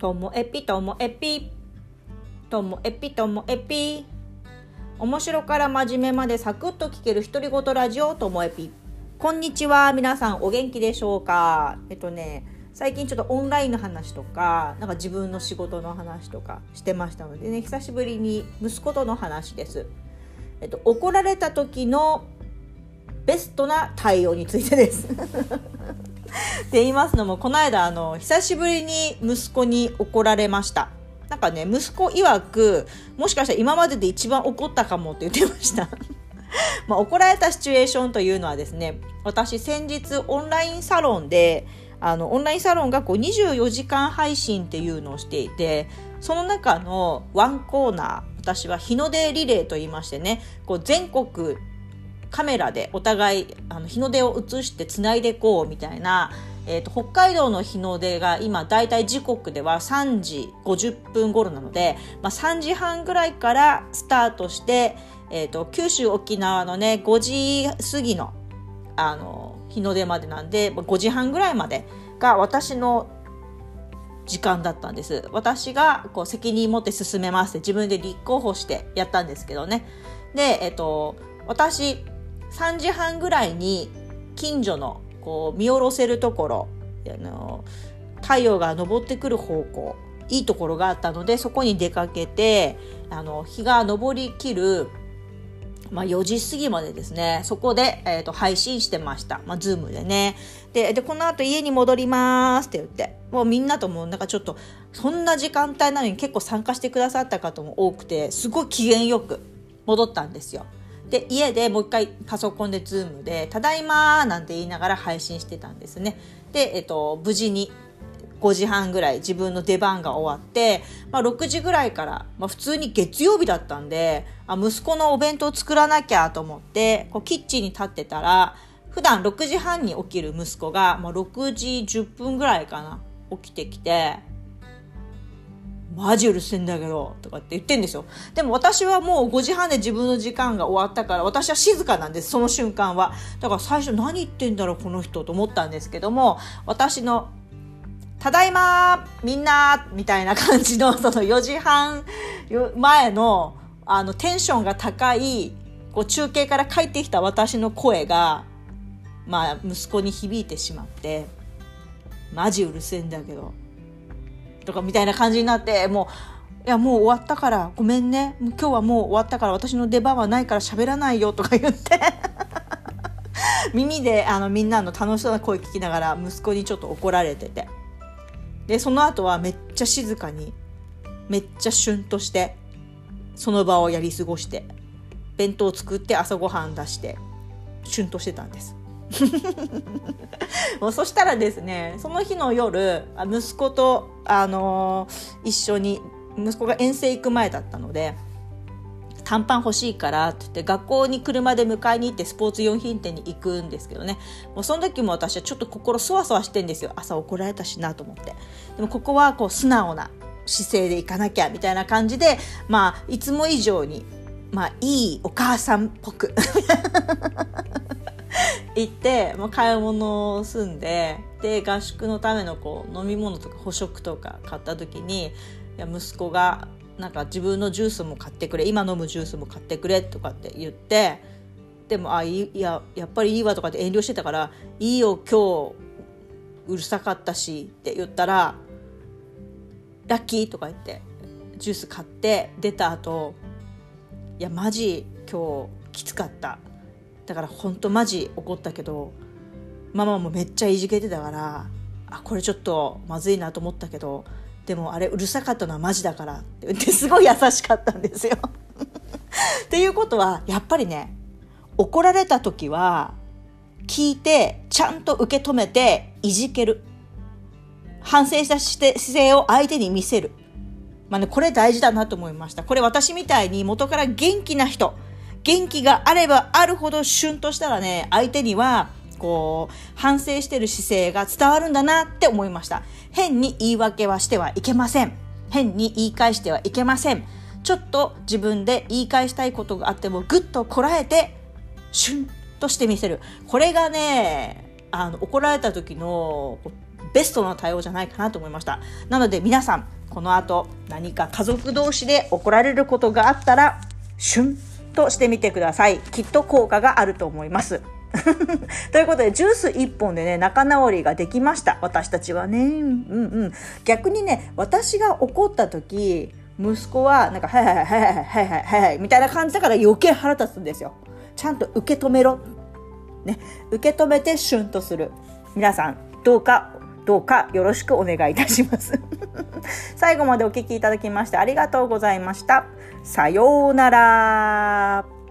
ともえぴともえぴともえぴともえぴ、面白から真面目までサクッと聞ける独り言ラジオともえぴ。こんにちは、皆さんお元気でしょうか。最近ちょっとオンラインの話とか、なんか自分の仕事の話とかしてましたのでね、久しぶりに息子との話です。怒られた時のベストな対応についてですって言いますのも、この間久しぶりに息子に怒られました。なんかね、息子曰くもしかしたら今までで一番怒ったかもって言ってました怒られたシチュエーションというのはですね、私先日オンラインサロンでオンラインサロンが24時間配信っていうのをしていて、その中のワンコーナー、私は日の出リレーと言いましてね、全国カメラでお互い日の出を映してつないでいこうみたいな、北海道の日の出が今だいたい時刻では3時50分頃なので、3時半ぐらいからスタートして、九州沖縄のね5時過ぎの日の出までなんで、5時半ぐらいまでが私の時間だったんです。私が責任持って進めますって自分で立候補してやったんですけどね。で、私3時半ぐらいに近所の見下ろせるところ、太陽が昇ってくる方向、いいところがあったので、そこに出かけて日が昇りきる4時過ぎまでですね、そこで、配信してました。ズームでね。でこの後家に戻りますって言って、もうみんなともなんかちょっとそんな時間帯なのに結構参加してくださった方も多くて、すごい機嫌よく戻ったんですよ。で家でもう一回パソコンでズームでただいまなんて言いながら配信してたんですね。で、無事に5時半ぐらい自分の出番が終わって、6時ぐらいから、普通に月曜日だったんで、息子のお弁当作らなきゃと思ってキッチンに立ってたら、普段6時半に起きる息子が、6時10分ぐらいかな起きてきて、マジうるせえんだけどとかって言ってんですよ。でも私はもう5時半で自分の時間が終わったから、私は静かなんです、その瞬間は。だから最初何言ってんだろうこの人と思ったんですけども、私のただいまみんなみたいな感じのその4時半前のテンションが高い中継から帰ってきた私の声が息子に響いてしまって、マジうるせえんだけどとかみたいな感じになって、もう終わったからごめんね、今日はもう終わったから私の出番はないから喋らないよとか言って耳でみんなの楽しそうな声聞きながら息子にちょっと怒られてて、でその後はめっちゃ静かに、めっちゃシュンとしてその場をやり過ごして、弁当作って朝ごはん出してシュンとしてたんですもうそしたらですね、その日の夜息子と、一緒に、息子が遠征行く前だったので、短パン欲しいからって言って学校に車で迎えに行ってスポーツ用品店に行くんですけどね、もうその時も私はちょっと心そわそわしてんですよ。朝怒られたしなと思って。でもここは素直な姿勢で行かなきゃみたいな感じで、いつも以上にいいお母さんっぽく行って買い物を済んで、で合宿のための飲み物とか補食とか買った時に、息子がなんか自分のジュースも買ってくれ、今飲むジュースも買ってくれとかって言って、でもやっぱりいいわとかって遠慮してたから、いいよ今日うるさかったしって言ったら、ラッキーとか言ってジュース買って出た後、マジ今日きつかった、だからほんとマジ怒ったけどママもめっちゃいじけてたから、これちょっとまずいなと思ったけど、でもあれうるさかったのはマジだからって言って、すごい優しかったんですよっていうことはやっぱりね、怒られた時は聞いてちゃんと受け止めていじける、反省した姿勢を相手に見せる、これ大事だなと思いました。これ私みたいに元から元気な人、元気があればあるほどシュンとしたらね、相手には反省してる姿勢が伝わるんだなって思いました。変に言い訳はしてはいけません。変に言い返してはいけません。ちょっと自分で言い返したいことがあってもぐっとこらえてシュンとしてみせる。これがね、怒られた時のベストの対応じゃないかなと思いました。なので皆さん、この後何か家族同士で怒られることがあったらシュンとしてみてください。きっと効果があると思いますということでジュース1本でね仲直りができました。私たちはね、逆にね、私が怒った時息子はなんかはいはいはいはいはいはいはいみたいな感じだから余計腹立つんですよ。ちゃんと受け止めろね、受け止めてシュンとする。皆さんどうかよろしくお願いいたします最後までお聞きいただきましてありがとうございました。さようなら。